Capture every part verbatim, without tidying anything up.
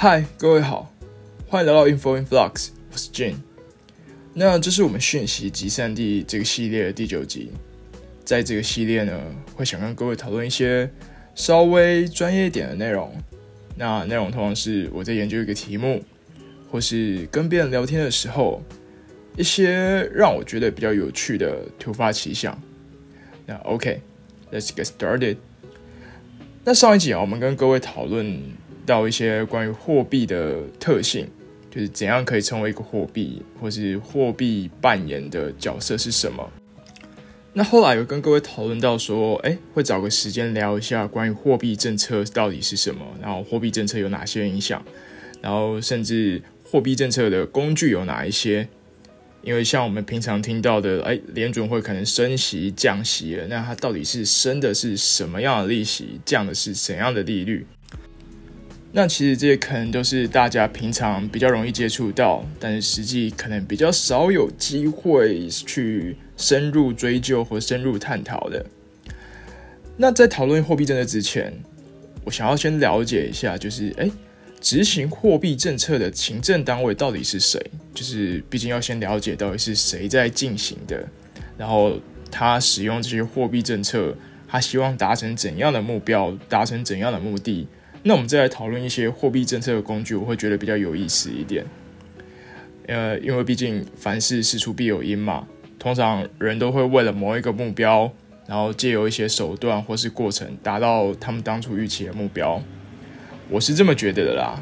嗨，各位好，欢迎来到 Info in Flux， 我是 Jin。那这是我们讯息集散地这个系列的第九集。在这个系列呢，会想跟各位讨论一些稍微专业一点的内容。那内容通常是我在研究一个题目，或是跟别人聊天的时候，一些让我觉得比较有趣的突发奇想。那 OK，Let's get started。那上一集啊，我们跟各位讨论到一些关于货币的特性，就是怎样可以成为一个货币，或是货币扮演的角色是什么。那后来有跟各位讨论到说，哎，会找个时间聊一下关于货币政策到底是什么，然后货币政策有哪些影响，然后甚至货币政策的工具有哪一些。因为像我们平常听到的，哎，联准会可能升息、降息了，那它到底是升的是什么样的利息，降的是怎样的利率？那其实这些可能都是大家平常比较容易接触到，但是实际可能比较少有机会去深入追究或深入探讨的。那在讨论货币政策之前，我想要先了解一下，就是哎，执行货币政策的行政单位到底是谁？就是毕竟要先了解到底是谁在进行的，然后他使用这些货币政策，他希望达成怎样的目标，达成怎样的目的。那我们再来讨论一些货币政策的工具，我会觉得比较有意思一点。呃，因为毕竟凡事事出必有因嘛，通常人都会为了某一个目标，然后借由一些手段或是过程，达到他们当初预期的目标。我是这么觉得的啦。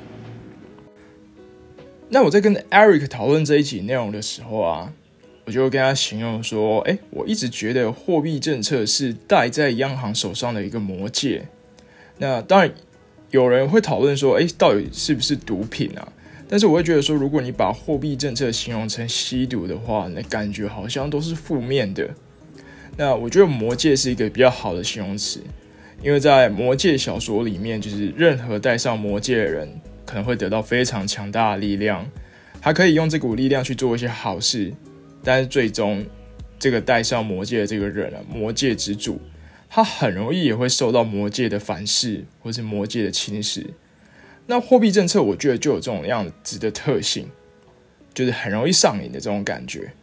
那我在跟 Eric 讨论这一集内容的时候啊，我就跟他形容说，哎，我一直觉得货币政策是戴在央行手上的一个魔戒。那当然，有人会讨论说，哎，到底是不是毒品啊？但是我会觉得说，如果你把货币政策形容成吸毒的话，那感觉好像都是负面的。那我觉得魔戒是一个比较好的形容词，因为在魔戒小说里面，就是任何戴上魔戒的人可能会得到非常强大的力量，他可以用这股力量去做一些好事，但是最终这个戴上魔戒的这个人啊，魔戒之主，他很容易也会受到魔戒的反噬，或是魔戒的侵蚀。那货币政策我觉得就有这种样子的特性，就是很容易上瘾的这种感觉。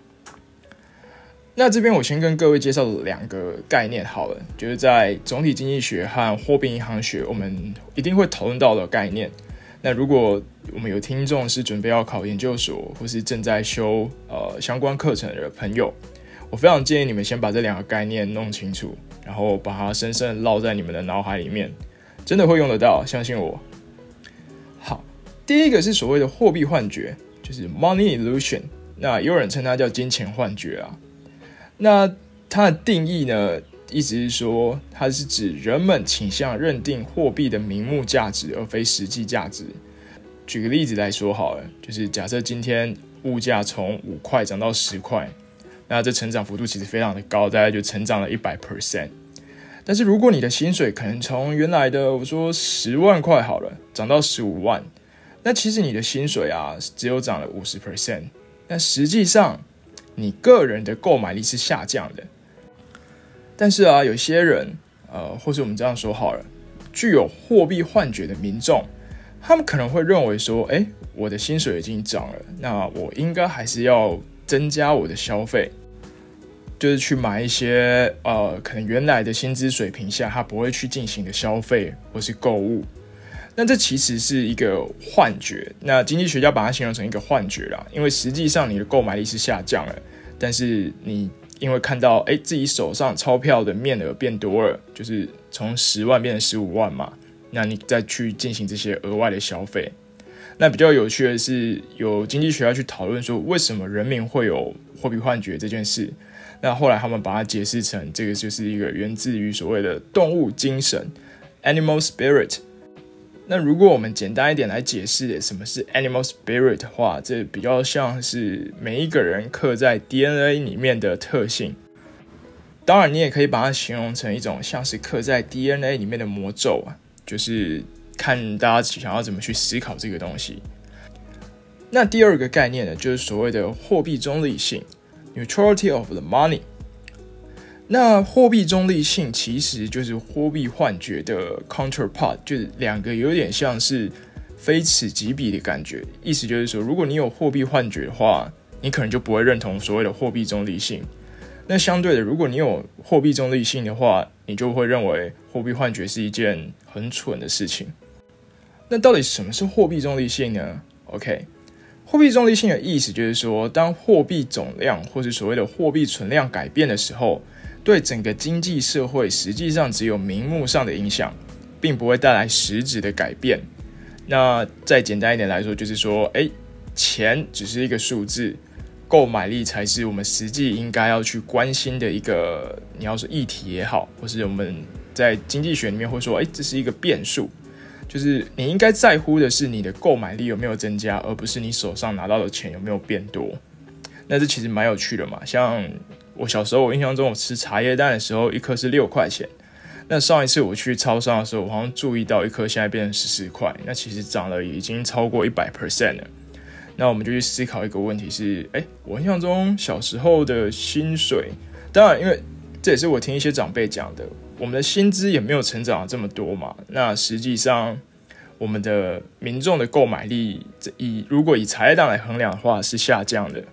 那这边我先跟各位介绍两个概念好了，就是在总体经济学和货币银行学我们一定会讨论到的概念。那如果我们有听众是准备要考研究所，或是正在修呃相关课程的朋友，我非常建议你们先把这两个概念弄清楚，然后把它深深烙在你们的脑海里面，真的会用得到，相信我。好，第一个是所谓的货币幻觉，就是 money illusion， 那也有人称它叫金钱幻觉啊。那它的定义呢，意思是说，它是指人们倾向认定货币的名目价值，而非实际价值。举个例子来说好了，就是假设今天物价从五块涨到十块，那这成长幅度其实非常的高，大概就成长了 百分之百。但是如果你的薪水可能从原来的我说十万块好了，涨到十五万，那其实你的薪水啊只有涨了 百分之五十， 但实际上你个人的购买力是下降的。但是啊，有些人呃，或是我们这样说好了，具有货币幻觉的民众，他们可能会认为说，哎，我的薪水已经涨了，那我应该还是要增加我的消费，就是去买一些呃，可能原来的薪资水平下他不会去进行的消费或是购物。那这其实是一个幻觉，那经济学家把它形容成一个幻觉啦，因为实际上你的购买力是下降了，但是你因为看到哎自己手上钞票的面额变多了，就是从十万变成十五万嘛，那你再去进行这些额外的消费。那比较有趣的是，有经济学家去讨论说，为什么人民会有货币幻觉这件事。那后来他们把它解释成，这个就是一个源自于所谓的动物精神 （animal spirit）。那如果我们简单一点来解释什么是 animal spirit 的话，这比较像是每一个人刻在 D N A 里面的特性。当然，你也可以把它形容成一种像是刻在 D N A 里面的魔咒啊，就是看大家想要怎么去思考这个东西。那第二个概念呢，就是所谓的货币中立性 （neutrality of the money）。那货币中立性其实就是货币幻觉的 counterpart，就是两个有点像是非此即彼的感觉。意思就是说，如果你有货币幻觉的话，你可能就不会认同所谓的货币中立性。那相对的，如果你有货币中立性的话，你就会认为货币幻觉是一件很蠢的事情。那到底什么是货币中立性呢？ OK， 货币中立性的意思就是说，当货币总量或是所谓的货币存量改变的时候，对整个经济社会实际上只有名目上的影响，并不会带来实质的改变。那再简单一点来说，就是说，哎，钱只是一个数字，购买力才是我们实际应该要去关心的一个，你要说议题也好，或是我们在经济学里面会说，哎，这是一个变数，就是你应该在乎的是你的购买力有没有增加，而不是你手上拿到的钱有没有变多。那这其实蛮有趣的嘛，像我小时候，我印象中我吃茶叶蛋的时候，一颗是六块钱。那上一次我去超商的时候，我好像注意到一颗现在变成十四块，那其实涨了已经超过 百分之百 了。那我们就去思考一个问题是，哎，我印象中小时候的薪水，当然因为这也是我听一些长辈讲的，我们的薪资也没有成长这么多嘛。那实际上我们的民众的购买力，以如果以茶叶蛋来衡量的话，是下降的。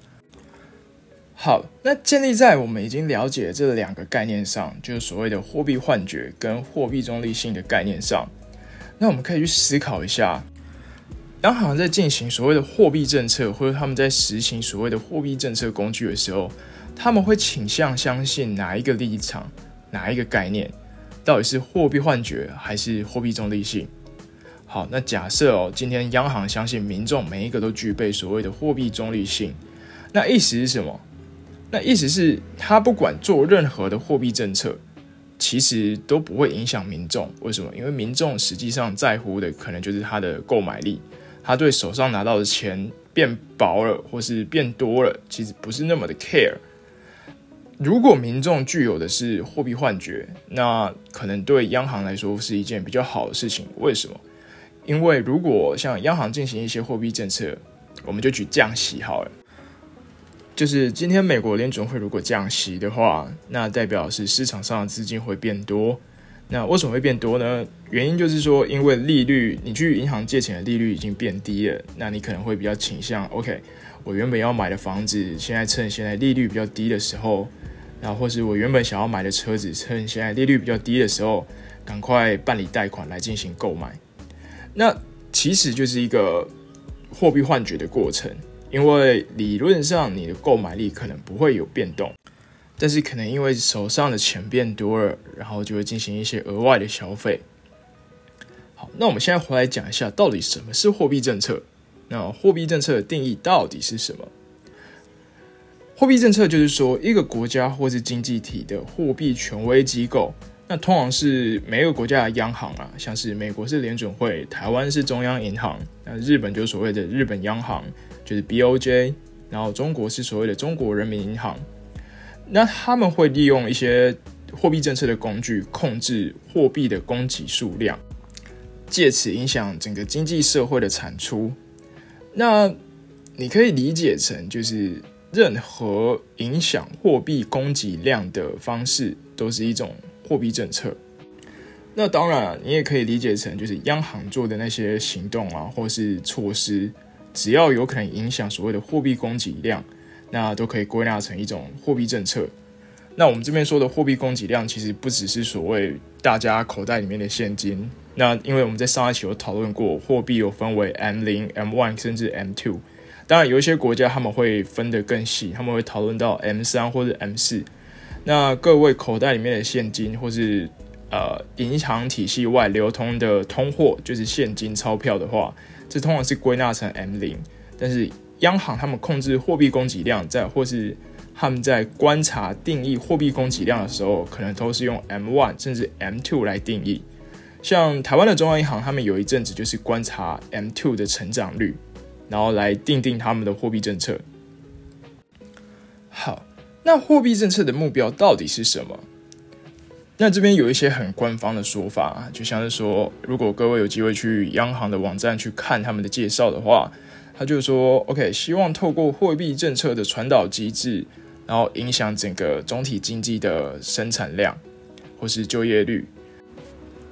好，那建立在我们已经了解这两个概念上，就是所谓的货币幻觉跟货币中立性的概念上，那我们可以去思考一下，央行在进行所谓的货币政策，或者他们在实行所谓的货币政策工具的时候，他们会倾向相信哪一个立场，哪一个概念，到底是货币幻觉还是货币中立性？好，那假设哦，今天央行相信民众每一个都具备所谓的货币中立性，那意思是什么？那意思是，他不管做任何的货币政策，其实都不会影响民众。为什么？因为民众实际上在乎的可能就是他的购买力，他对手上拿到的钱变薄了或是变多了，其实不是那么的 care。如果民众具有的是货币幻觉，那可能对央行来说是一件比较好的事情。为什么？因为如果像央行进行一些货币政策，我们就举降息好了。就是今天美国联准会如果降息的话，那代表是市场上的资金会变多。那为什么会变多呢？原因就是说，因为利率，你去银行借钱的利率已经变低了，那你可能会比较倾向 ，OK， 我原本要买的房子，现在趁现在利率比较低的时候，然后或是我原本想要买的车子，趁现在利率比较低的时候，赶快办理贷款来进行购买。那其实就是一个货币幻觉的过程。因为理论上你的购买力可能不会有变动，但是可能因为手上的钱变多了，然后就会进行一些额外的消费。好，那我们现在回来讲一下，到底什么是货币政策？那货币政策的定义到底是什么？货币政策就是说，一个国家或是经济体的货币权威机构，那通常是每一个国家的央行啊，像是美国是联准会，台湾是中央银行，那日本就是所谓的日本央行。就是 B O J， 然后中国是所谓的中国人民银行，那他们会利用一些货币政策的工具控制货币的供给数量，借此影响整个经济社会的产出。那你可以理解成，就是任何影响货币供给量的方式都是一种货币政策。那当然，你也可以理解成，就是央行做的那些行动啊，或是措施。只要有可能影响所谓的货币供给量，那都可以归纳成一种货币政策。那我们这边说的货币供给量，其实不只是所谓大家口袋里面的现金。那因为我们在上一期有讨论过，货币有分为 M 零、M 一 甚至 M 二。当然，有一些国家他们会分得更细，他们会讨论到 M 三 或者 M 四。那各位口袋里面的现金，或是呃银行体系外流通的通货，就是现金钞票的话。这通常是归纳成 M 零， 但是央行他们控制货币供给量在，或是他们在观察定义货币供给量的时候，可能都是用 M 一 甚至 M 二 来定义。像台湾的中央银行，他们有一阵子就是观察 M 二 的成长率，然后来定定他们的货币政策。好，那货币政策的目标到底是什么？那这边有一些很官方的说法，就像是说，如果各位有机会去央行的网站去看他们的介绍的话，他就说 OK， 希望透过货币政策的传导机制，然后影响整个总体经济的生产量或是就业率。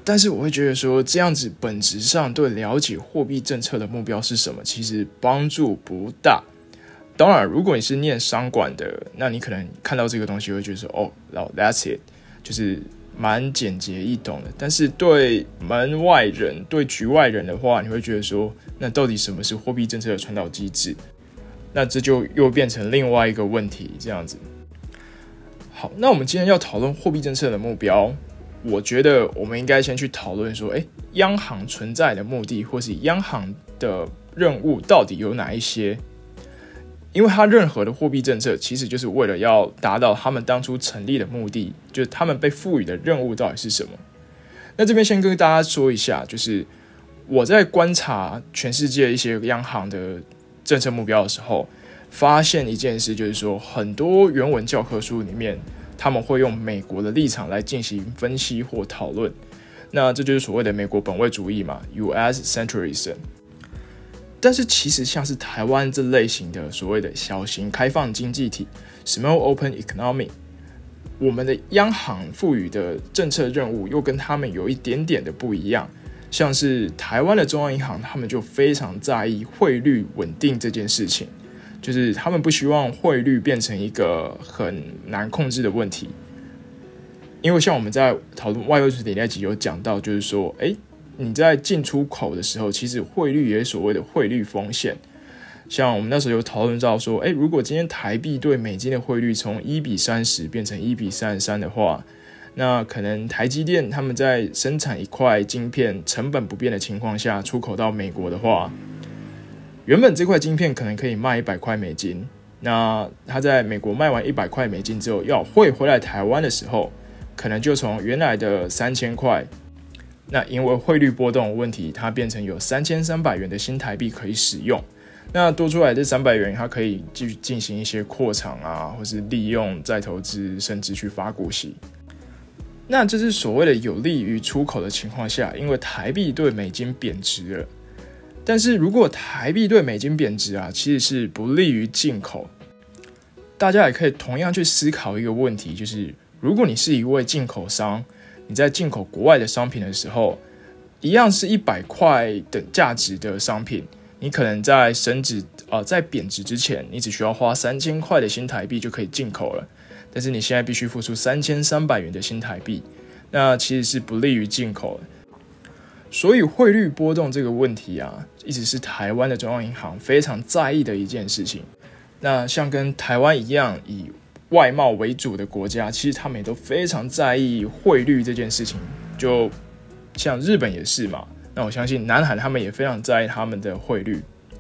但是我会觉得说，这样子本质上对了解货币政策的目标是什么，其实帮助不大。当然，如果你是念商管的，那你可能看到这个东西会觉得说，哦， that's it， 就是蛮简洁易懂的。但是对门外人、对局外人的话，你会觉得说，那到底什么是货币政策的传导机制？那这就又变成另外一个问题，这样子。好，那我们今天要讨论货币政策的目标，我觉得我们应该先去讨论说，哎，央行存在的目的，或是央行的任务到底有哪一些？因为它任何的货币政策其实就是为了要达到他们当初成立的目的，就是他们被赋予的任务到底是什么。那这边先跟大家说一下，就是我在观察全世界一些央行的政策目标的时候，发现一件事，就是说很多原文教科书里面他们会用美国的立场来进行分析或讨论，那这就是所谓的美国本位主义嘛 U S centrism。但是其实像是台湾这类型的所谓的小型开放经济体 Small Open Economy， 我们的央行赋予的政策任务又跟他们有一点点的不一样。像是台湾的中央银行，他们就非常在意汇率稳定这件事情，就是他们不希望汇率变成一个很难控制的问题。因为像我们在讨论外汇储备那集有讲到，就是说，哎，你在进出口的时候，其实汇率也有所谓的汇率风险。像我们那时候有讨论到说，哎，如果今天台币对美金的汇率从一比三十变成一比三十三的话，那可能台积电他们在生产一块晶片成本不变的情况下，出口到美国的话，原本这块晶片可能可以卖一百块美金，那他在美国卖完一百块美金之后，要汇回来台湾的时候，可能就从原来的三千块。那因为汇率波动的问题，它变成有三千三百元的新台币可以使用。那多出来的三百元，它可以继续进行一些扩厂啊，或是利用再投资，甚至去发股息。那这是所谓的有利于出口的情况下，因为台币对美金贬值了。但是如果台币对美金贬值啊，其实是不利于进口。大家也可以同样去思考一个问题，就是如果你是一位进口商，你在进口国外的商品的时候，一样是一百块的价值的商品，你可能在升值、呃、在贬值之前，你只需要花三千块的新台币就可以进口了。但是你现在必须付出三千三百元的新台币，那其实是不利于进口的。所以汇率波动这个问题啊，一直是台湾的中央银行非常在意的一件事情。那像跟台湾一样以外贸为主的国家，其实他们也都非常在意汇率这件事情，就像日本也是嘛。那我相信南韩他们也非常在意他们的汇率。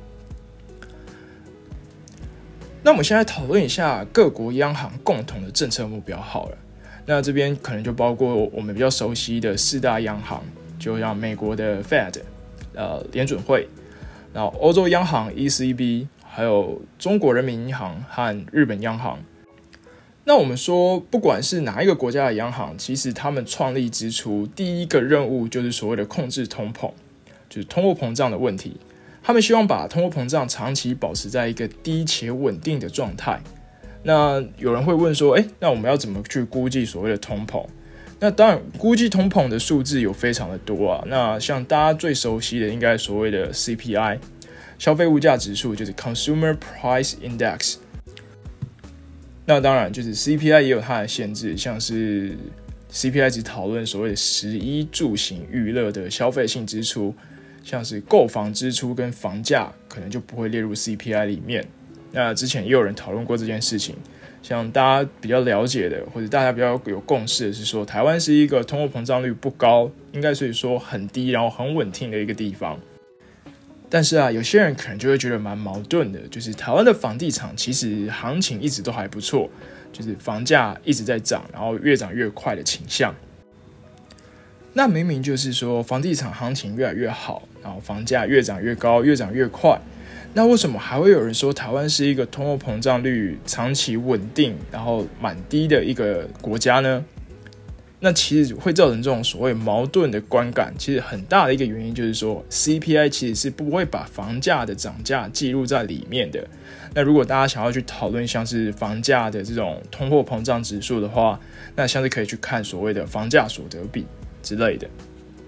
那我们现在讨论一下各国央行共同的政策目标好了。那这边可能就包括我们比较熟悉的四大央行，就像美国的 Fed 呃联准会，然后欧洲央行 E C B， 还有中国人民银行和日本央行。那我们说，不管是哪一个国家的央行，其实他们创立之初第一个任务就是所谓的控制通膨，就是通货膨胀的问题。他们希望把通货膨胀长期保持在一个低且稳定的状态。那有人会问说，哎，那我们要怎么去估计所谓的通膨？那当然，估计通膨的数字有非常的多啊。那像大家最熟悉的，应该所谓的 C P I， 消费物价指数，就是 Consumer Price Index。那当然，就是 C P I 也有它的限制，像是 C P I 只讨论所谓的食衣住行娱乐的消费性支出，像是购房支出跟房价可能就不会列入 C P I 里面。那之前也有人讨论过这件事情，像大家比较了解的，或者大家比较有共识的是说，台湾是一个通货膨胀率不高，应该所以说很低，然后很稳定的一个地方。但是啊，有些人可能就会觉得蛮矛盾的，就是台湾的房地产其实行情一直都还不错，就是房价一直在涨，然后越涨越快的倾向。那明明就是说房地产行情越来越好，然后房价越涨越高，越涨越快，那为什么还会有人说台湾是一个通货膨胀率长期稳定，然后蛮低的一个国家呢？那其实会造成这种所谓矛盾的观感，其实很大的一个原因就是说 C P I 其实是不会把房价的涨价记录在里面的。那如果大家想要去讨论像是房价的这种通货膨胀指数的话，那像是可以去看所谓的房价所得比之类的。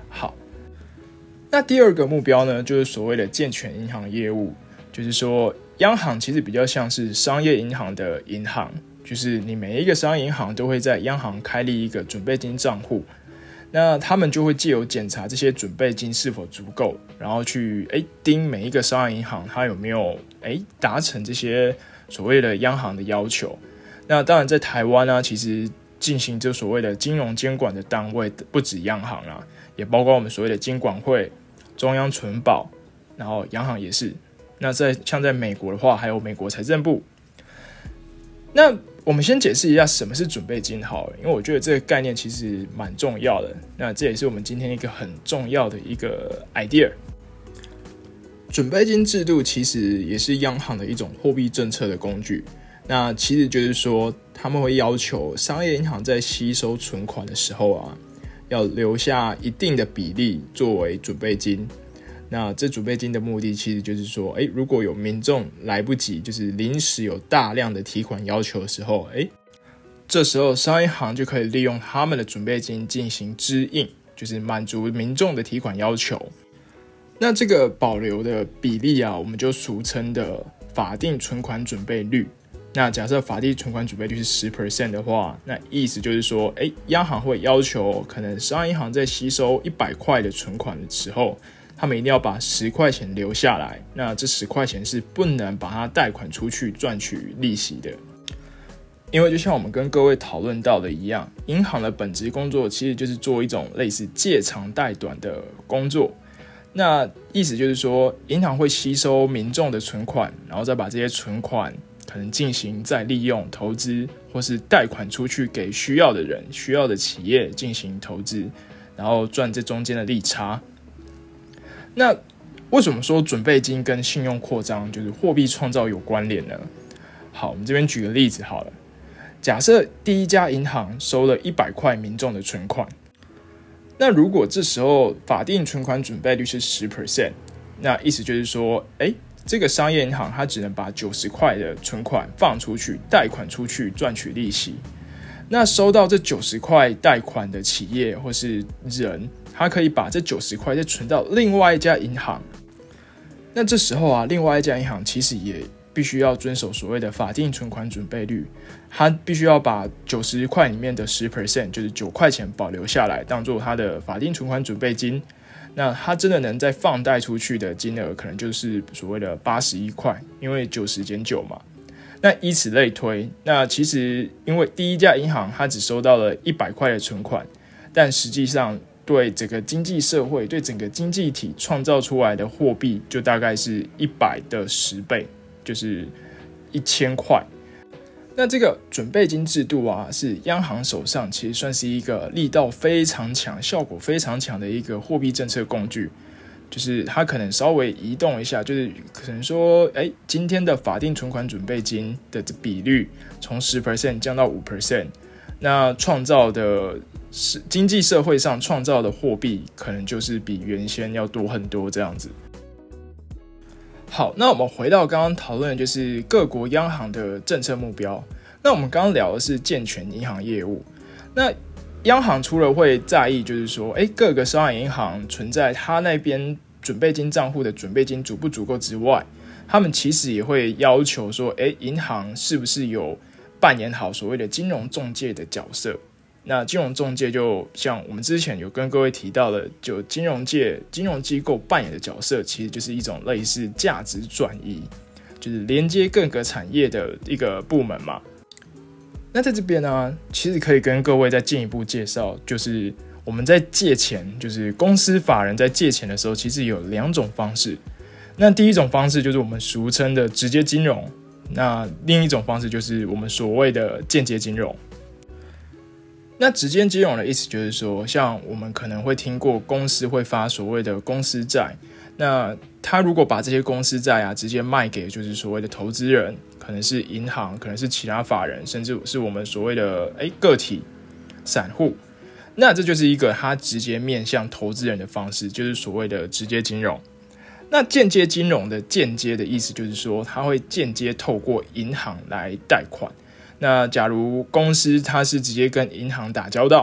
好，那第二个目标呢，就是所谓的健全银行业务，就是说央行其实比较像是商业银行的银行，就是你每一个商业银行都会在央行开立一个准备金账户，那他们就会藉由检查这些准备金是否足够，然后去诶盯每一个商业银行它有没有诶达成这些所谓的央行的要求。那当然在台湾呢、啊，其实进行这所谓的金融监管的单位不止央行啦、啊，也包括我们所谓的金管会、中央存保，然后央行也是。那在像在美国的话，还有美国财政部。那我们先解释一下什么是准备金好了，因为我觉得这个概念其实蛮重要的。那这也是我们今天一个很重要的一个 idea。准备金制度其实也是央行的一种货币政策的工具。那其实就是说，他们会要求商业银行在吸收存款的时候啊，要留下一定的比例作为准备金。那这准备金的目的其实就是说，诶，如果有民众来不及，就是临时有大量的提款要求的时候，诶，这时候商业银行就可以利用他们的准备金进行支应，就是满足民众的提款要求。那这个保留的比例啊，我们就俗称的法定存款准备率。那假设法定存款准备率是 百分之十 的话，那意思就是说，诶，央行会要求可能商业银行在吸收一百块的存款的时候，他们一定要把十块钱留下来，那这十块钱是不能把它贷款出去赚取利息的。因为就像我们跟各位讨论到的一样，银行的本质工作其实就是做一种类似借长贷短的工作。那意思就是说，银行会吸收民众的存款，然后再把这些存款可能进行再利用、投资，或是贷款出去给需要的人、需要的企业进行投资，然后赚这中间的利差。那为什么说准备金跟信用扩张就是货币创造有关联呢？好，我们这边举个例子好了。假设第一家银行收了一百块民众的存款，那如果这时候法定存款准备率是 百分之十， 那意思就是说，诶，这个商业银行它只能把九十块的存款放出去，贷款出去赚取利息。那收到这九十块贷款的企业或是人，他可以把这九十块再存到另外一家银行。那这时候啊，另外一家银行其实也必须要遵守所谓的法定存款准备率，他必须要把九十块里面的 百分之十， 就是九块钱保留下来，当做他的法定存款准备金。那他真的能再放贷出去的金额，可能就是所谓的八十一块，因为九十减九嘛。那以此类推，那其实因为第一家银行它只收到了一百块的存款，但实际上对整个经济社会、对整个经济体创造出来的货币，就大概是一百的十倍，就是一千块。那这个准备金制度啊，是央行手上其实算是一个力道非常强、效果非常强的一个货币政策工具。就是它可能稍微移动一下，就是可能说，哎，今天的法定存款准备金的比率从 百分之十 降到 百分之五， 那创造的经济社会上创造的货币可能就是比原先要多很多这样子。好，那我们回到刚刚讨论的就是各国央行的政策目标。那我们刚刚聊的是健全银行业务，那央行除了会在意就是说，哎，各个商业银行存在他那边准备金账户的准备金足不足够之外，他们其实也会要求说，哎，银行是不是有扮演好所谓的金融中介的角色？那金融中介就像我们之前有跟各位提到的，就金融界、金融机构扮演的角色，其实就是一种类似价值转移，就是连接各个产业的一个部门嘛。那在这边呢，其实可以跟各位再进一步介绍，就是我们在借钱，就是公司法人在借钱的时候，其实有两种方式。那第一种方式就是我们俗称的直接金融，那另一种方式就是我们所谓的间接金融。那直接金融的意思就是说，像我们可能会听过公司会发所谓的公司债，那他如果把这些公司债啊直接卖给就是所谓的投资人，可能是银行，可能是其他法人，甚至是我们所谓的诶个体散户，那这就是一个他直接面向投资人的方式，就是所谓的直接金融。那间接金融的间接的意思就是说，它会间接透过银行来贷款。那假如公司它是直接跟银行打交道，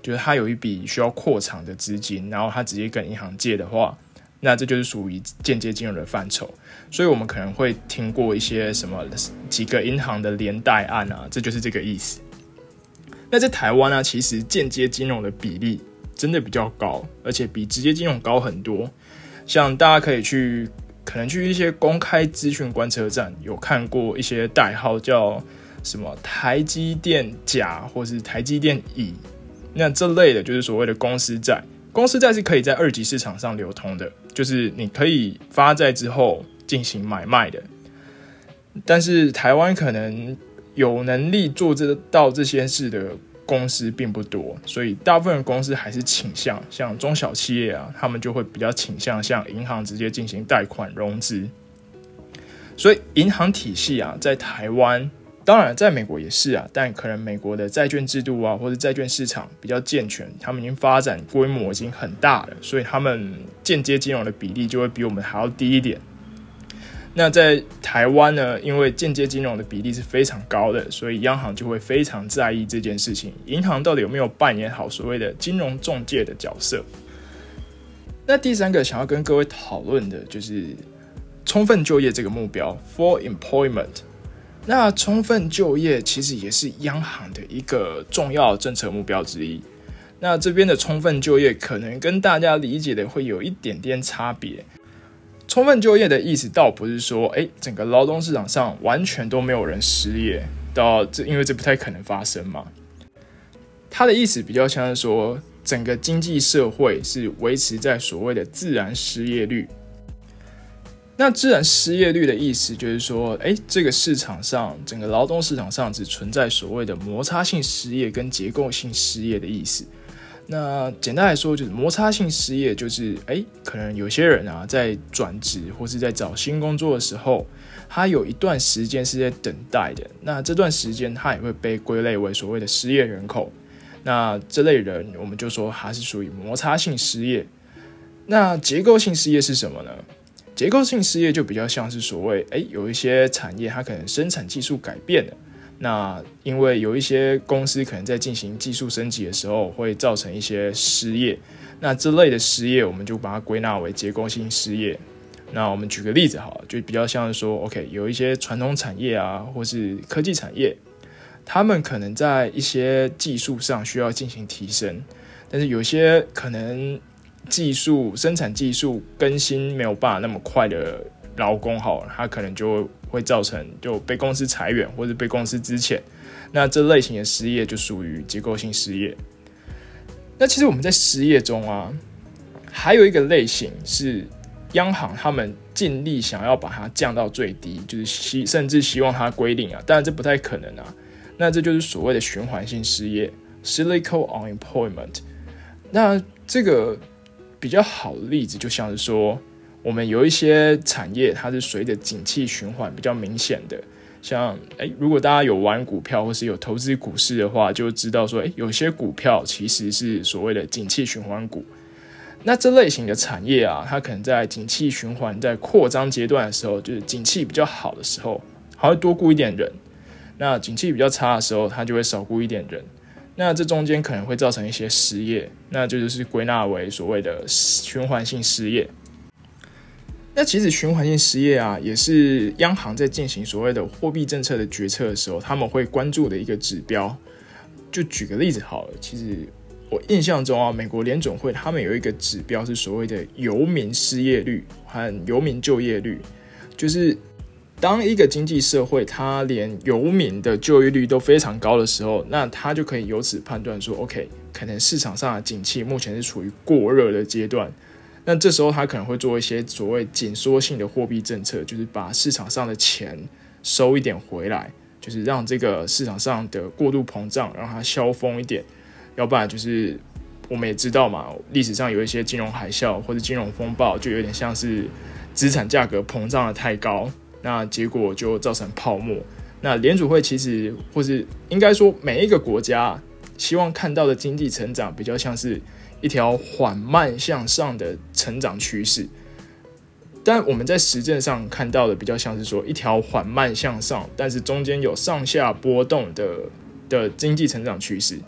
就是他有一笔需要扩厂的资金，然后他直接跟银行借的话，那这就是属于间接金融的范畴。所以我们可能会听过一些什么几个银行的连带案啊，这就是这个意思。那在台湾呢、啊，其实间接金融的比例真的比较高，而且比直接金融高很多。像大家可以去，可能去一些公开资讯观测站有看过一些代号叫什么台积电甲或是台积电乙，那这类的就是所谓的公司债。公司债是可以在二级市场上流通的，就是你可以发债之后进行买卖的。但是台湾可能有能力做到这些事的公司并不多，所以大部分的公司还是倾向像中小企业啊，他们就会比较倾向向银行直接进行贷款融资。所以银行体系啊，在台湾，当然在美国也是啊，但可能美国的债券制度啊，或者债券市场比较健全，他们已经发展规模已经很大了，所以他们间接金融的比例就会比我们还要低一点。那在台湾呢，因为间接金融的比例是非常高的，所以央行就会非常在意这件事情，银行到底有没有扮演好所谓的金融中介的角色。那第三个想要跟各位讨论的就是充分就业这个目标 full employment。 那充分就业其实也是央行的一个重要政策目标之一。那这边的充分就业可能跟大家理解的会有一点点差别。充分就业的意思倒不是说，哎，整个劳动市场上完全都没有人失业，到这因为这不太可能发生嘛。它的意思比较像是说，整个经济社会是维持在所谓的自然失业率。那自然失业率的意思就是说，哎，这个市场上，整个劳动市场上只存在所谓的摩擦性失业跟结构性失业的意思。那简单来说，就是摩擦性失业，就是哎，可能有些人啊，在转职或是在找新工作的时候，他有一段时间是在等待的。那这段时间，他也会被归类为所谓的失业人口。那这类人，我们就说他是属于摩擦性失业。那结构性失业是什么呢？结构性失业就比较像是所谓，哎，有一些产业它可能生产技术改变了。那因为有一些公司可能在进行技术升级的时候会造成一些失业，那这类的失业我们就把它归纳为结构性失业。那我们举个例子好了，就比较像是说 OK， 有一些传统产业啊或是科技产业，他们可能在一些技术上需要进行提升，但是有些可能技术生产技术更新没有办法那么快的劳工好了，他可能就会造成就被公司裁员或者被公司资遣，那这类型的失业就属于结构性失业。那其实我们在失业中啊，还有一个类型是央行他们尽力想要把它降到最低，就是希甚至希望它归零啊，当然这不太可能啊。那这就是所谓的循环性失业 cyclical unemployment。 那这个比较好的例子就像是说，我们有一些产业它是随着景气循环比较明显的，像诶如果大家有玩股票或是有投资股市的话，就知道说诶有些股票其实是所谓的景气循环股。那这类型的产业啊，它可能在景气循环在扩张阶段的时候，就是景气比较好的时候，它会多雇一点人，那景气比较差的时候，它就会少雇一点人，那这中间可能会造成一些失业，那这就是归纳为所谓的循环性失业。那其实循环性失业啊，也是央行在进行所谓的货币政策的决策的时候，他们会关注的一个指标。就举个例子好了，其实我印象中啊，美国联准会他们有一个指标是所谓的游民失业率和游民就业率，就是当一个经济社会它连游民的就业率都非常高的时候，那它就可以由此判断说 OK， 可能市场上的景气目前是处于过热的阶段。那这时候他可能会做一些所谓紧缩性的货币政策，就是把市场上的钱收一点回来，就是让这个市场上的过度膨胀让它消风一点。要不然就是我们也知道嘛，历史上有一些金融海啸或者金融风暴，就有点像是资产价格膨胀的太高，那结果就造成泡沫。那联储会其实或是应该说每一个国家希望看到的经济成长比较像是一条缓慢向上的成长趋势，但我们在实证上看到的比较像是说一条缓慢向上，但是中间有上下波动的的经济成长趋势。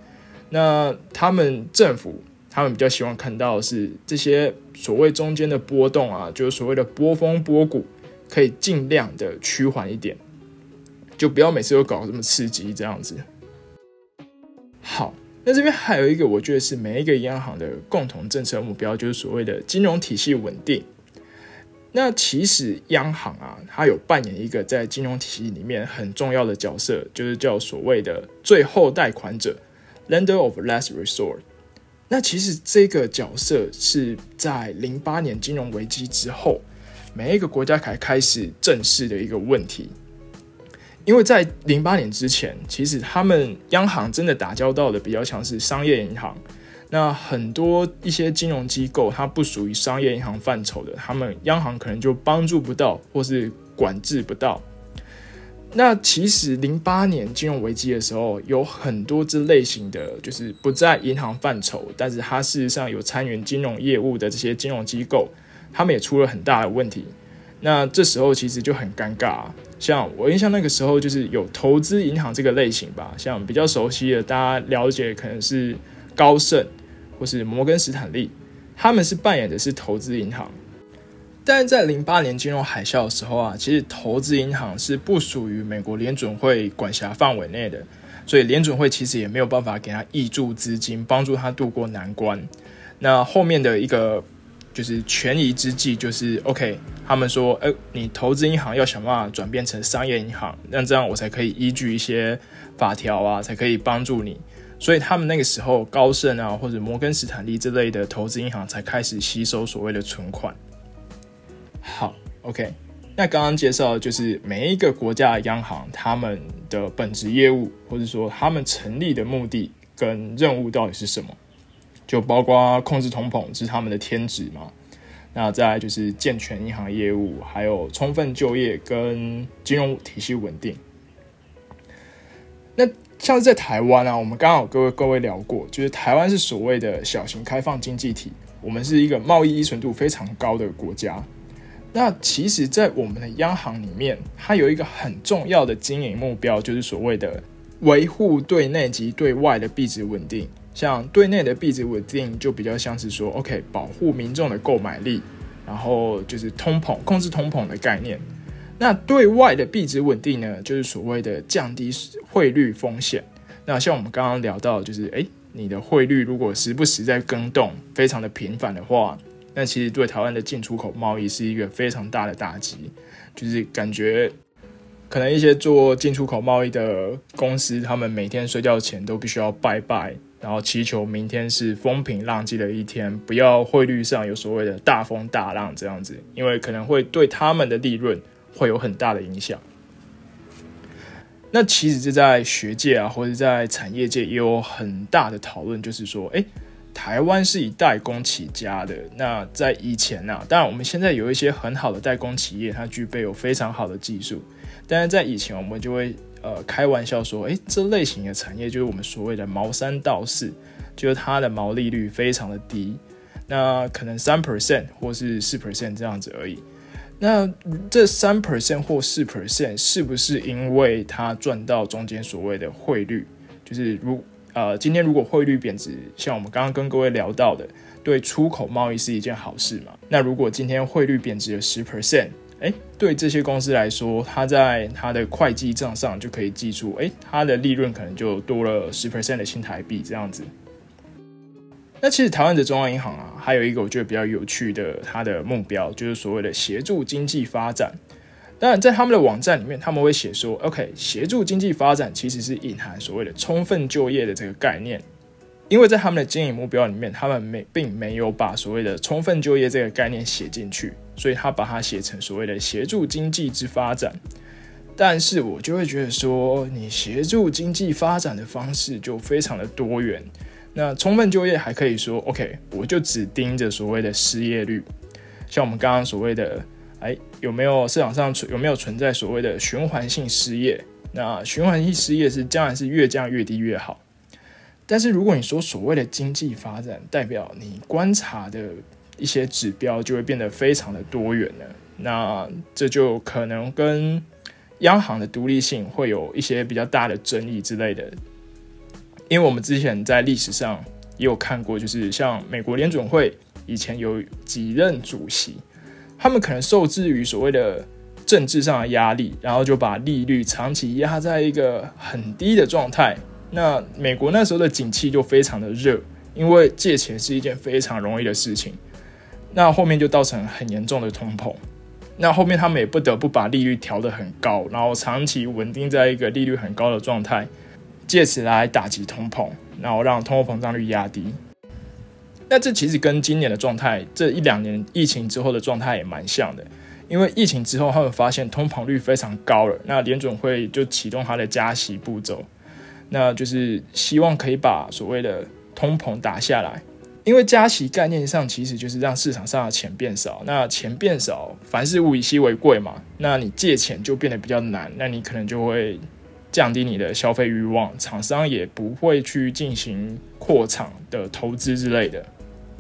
那他们政府他们比较希望看到的是这些所谓中间的波动啊，就是所谓的波峰波谷，可以尽量的趋缓一点，就不要每次都搞这么刺激这样子。好，那这边还有一个我觉得是每一个央行的共同政策目标，就是所谓的金融体系稳定。那其实央行啊，它有扮演一个在金融体系里面很重要的角色，就是叫所谓的最后贷款者 （Lender of Last Resort）。那其实这个角色是在零八年金融危机之后，每一个国家才开始正视的一个问题。因为在零八年之前，其实他们央行真的打交道的比较像是商业银行。那很多一些金融机构，它不属于商业银行范畴的，他们央行可能就帮助不到，或是管制不到。那其实零八年金融危机的时候，有很多这类型的，就是不在银行范畴，但是它事实上有参与金融业务的这些金融机构，他们也出了很大的问题。那这时候其实就很尴尬啊。像我印象那个时候就是有投资银行这个类型吧，像比较熟悉的，大家了解可能是高盛或是摩根斯坦利，他们是扮演的是投资银行。但是在零八年金融海啸的时候啊，其实投资银行是不属于美国联准会管辖范围内的，所以联准会其实也没有办法给他挹注资金，帮助他渡过难关。那后面的一个就是权宜之计，就是 OK， 他们说，欸，你投资银行要想办法转变成商业银行，那这样我才可以依据一些法条啊，才可以帮助你。所以他们那个时候，高盛啊或者摩根斯坦利这类的投资银行才开始吸收所谓的存款。好 ，OK， 那刚刚介绍的就是每一个国家的央行，他们的本质业务，或者说他们成立的目的跟任务到底是什么？就包括控制通膨，这是他们的天职嘛。那再来就是健全银行业务，还有充分就业跟金融体系稳定。那像是在台湾啊，我们刚刚有各位各位聊过，就是台湾是所谓的小型开放经济体，我们是一个贸易依存度非常高的国家。那其实在我们的央行里面，它有一个很重要的经营目标，就是所谓的维护对内及对外的币值稳定。像对内的币值稳定就比较像是说 OK 保护民众的购买力，然后就是通膨控制通膨的概念。那对外的币值稳定呢，就是所谓的降低汇率风险。那像我们刚刚聊到，就是诶你的汇率如果时不时在更动，非常的频繁的话，那其实对台湾的进出口贸易是一个非常大的打击。就是感觉可能一些做进出口贸易的公司，他们每天睡觉前都必须要拜拜，然后祈求明天是风平浪静的一天，不要汇率上有所谓的大风大浪这样子，因为可能会对他们的利润会有很大的影响。那其实这在学界啊，或者在产业界也有很大的讨论，就是说，哎，台湾是以代工起家的。那在以前啊，当然我们现在有一些很好的代工企业，它具备有非常好的技术，但是在以前我们就会呃开玩笑说，哎，这类型的产业就是我们所谓的毛三到四，就是它的毛利率非常的低，那可能 百分之三 或是 百分之四 这样子而已。那这 百分之三 或 百分之四 是不是因为它赚到中间所谓的汇率？就是如呃，今天如果汇率贬值，像我们刚刚跟各位聊到的，对出口贸易是一件好事嘛？那如果今天汇率贬值了 百分之十， 哎，对这些公司来说，它在它的会计账上就可以记住，哎，它的利润可能就多了 百分之十 的新台币这样子。那其实台湾的中央银行啊，还有一个我觉得比较有趣的，它的目标就是所谓的协助经济发展。当然，在他们的网站里面，他们会写说 ，OK， 协助经济发展其实是隐含所谓的充分就业的这个概念。因为在他们的经营目标里面，他们没并没有把所谓的充分就业这个概念写进去，所以他把它写成所谓的协助经济之发展。但是我就会觉得说，你协助经济发展的方式就非常的多元。那充分就业还可以说 OK， 我就只盯着所谓的失业率，像我们刚刚所谓的哎，有没有市场上有没有存在所谓的循环性失业？那循环性失业是当然是越降越低越好。但是如果你说所谓的经济发展，代表你观察的一些指标就会变得非常的多元了。那这就可能跟央行的独立性会有一些比较大的争议之类的。 因为我们之前在历史上也有看过，就是像美国联准会以前有几任主席，他们可能受制于所谓的政治上的压力，然后就把利率长期压在一个很低的状态。那美国那时候的景气就非常的热，因为借钱是一件非常容易的事情。那后面就造成很严重的通膨。那后面他们也不得不把利率调得很高，然后长期稳定在一个利率很高的状态，借此来打击通膨，然后让通货膨胀率压低。那这其实跟今年的状态，这一两年疫情之后的状态也蛮像的。因为疫情之后，他们发现通膨率非常高了，那联准会就启动它的加息步骤，那就是希望可以把所谓的通膨打下来。因为加息概念上其实就是让市场上的钱变少，那钱变少，凡事物以稀为贵嘛，那你借钱就变得比较难，那你可能就会降低你的消费欲望，厂商也不会去进行扩厂的投资之类的。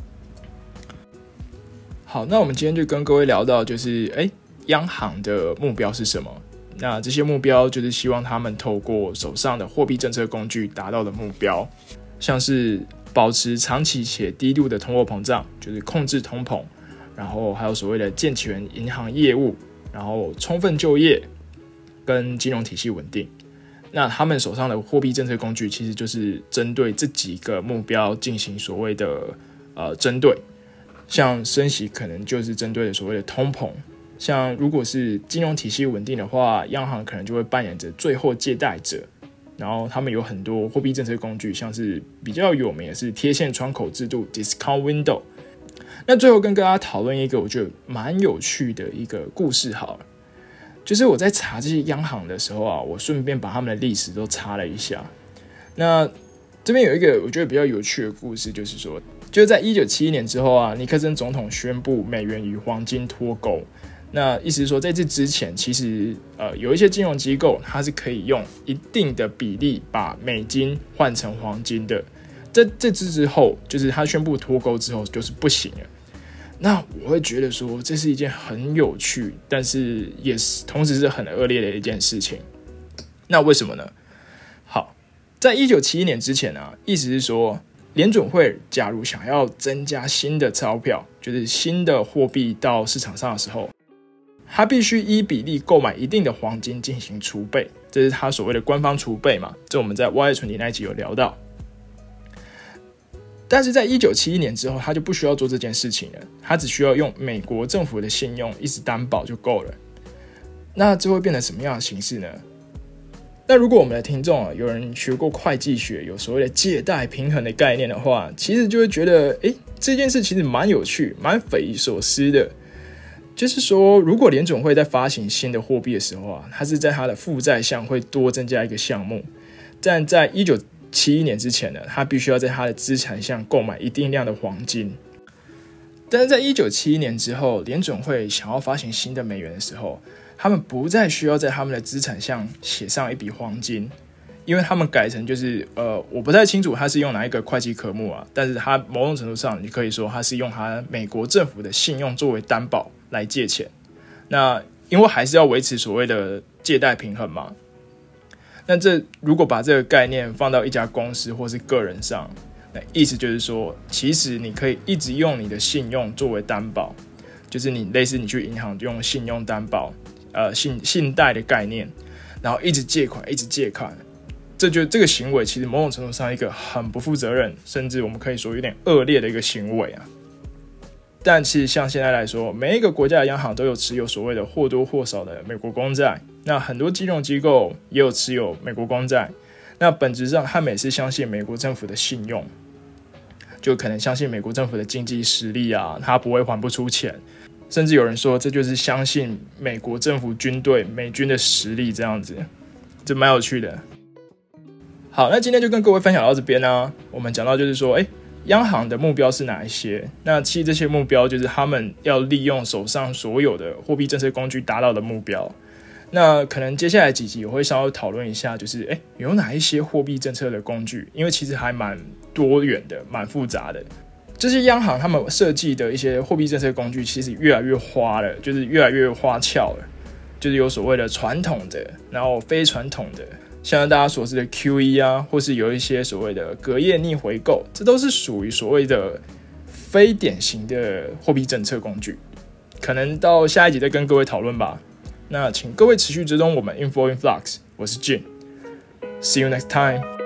好，那我们今天就跟各位聊到，就是哎，央行的目标是什么？那这些目标就是希望他们透过手上的货币政策工具达到的目标，像是保持长期且低度的通货膨胀，就是控制通膨，然后还有所谓的健全银行业务，然后充分就业跟金融体系稳定。那他们手上的货币政策工具其实就是针对这几个目标进行所谓的呃针对，像升息可能就是针对所谓的通膨，像如果是金融体系稳定的话，央行可能就会扮演着最后借贷者。然后他们有很多货币政策工具，像是比较有名的是贴现窗口制度 discount window。 那最后跟大家讨论一个我觉得蛮有趣的一个故事好了，就是我在查这些央行的时候啊，我顺便把他们的历史都查了一下。那这边有一个我觉得比较有趣的故事，就是说就是在一九七一年之后啊，尼克森总统宣布美元与黄金脱钩。那意思是说，在这之前，其实呃有一些金融机构，它是可以用一定的比例把美金换成黄金的。在这之后，就是他宣布脱钩之后，就是不行了。那我会觉得说，这是一件很有趣，但是也是同时是很恶劣的一件事情。那为什么呢？好，在一九七一年之前啊，意思是说，联准会假如想要增加新的钞票，就是新的货币到市场上的时候，他必须依比例购买一定的黄金进行储备，这是他所谓的官方储备嘛，这我们在 Y 存底那一集有聊到。但是在一九七一年之后，他就不需要做这件事情了，他只需要用美国政府的信用一直担保就够了。那这会变成什么样的形式呢？那如果我们的听众啊，有人学过会计学，有所谓的借贷平衡的概念的话，其实就会觉得，哎，这件事其实蛮有趣，蛮匪夷所思的。就是说，如果联准会在发行新的货币的时候啊，它是在它的负债项会多增加一个项目，但在一九七一年之前呢，它必须要在它的资产项购买一定量的黄金。但是在一九七一年之后，联准会想要发行新的美元的时候，他们不再需要在他们的资产项写上一笔黄金，因为他们改成就是呃，我不太清楚它是用哪一个会计科目啊，但是它某种程度上，你可以说它是用它美国政府的信用作为担保来借钱。那因为还是要维持所谓的借贷平衡嘛，那这如果把这个概念放到一家公司或是个人上，那意思就是说，其实你可以一直用你的信用作为担保，就是你类似你去银行用信用担保，呃信信贷的概念，然后一直借款，一直借款，这就这个行为其实某种程度上一个很不负责任，甚至我们可以说有点恶劣的一个行为啊。但其实像现在来说，每一个国家的央行都有持有所谓的或多或少的美国公债，那很多金融机构也有持有美国公债，那本质上他们也是相信美国政府的信用，就可能相信美国政府的经济实力啊，他不会还不出钱，甚至有人说这就是相信美国政府军队美军的实力这样子，这蛮有趣的。好，那今天就跟各位分享到这边啊，我们讲到就是说，哎，央行的目标是哪一些？那其实这些目标就是他们要利用手上所有的货币政策工具达到的目标。那可能接下来几集我会稍微讨论一下，就是哎，有哪一些货币政策的工具？因为其实还蛮多元的，蛮复杂的。这些央行他们设计的一些货币政策工具，其实越来越花了，就是越来越花俏了。就是有所谓的传统的，然后非传统的， 像大家所知的 Q E 啊，或是有一些所谓的隔夜逆回购，这都是属于所谓的非典型的货币政策工具。可能到下一集再跟各位讨论吧。那请各位持续追踪我们 Info in Flux， 我是 Jin，See you next time。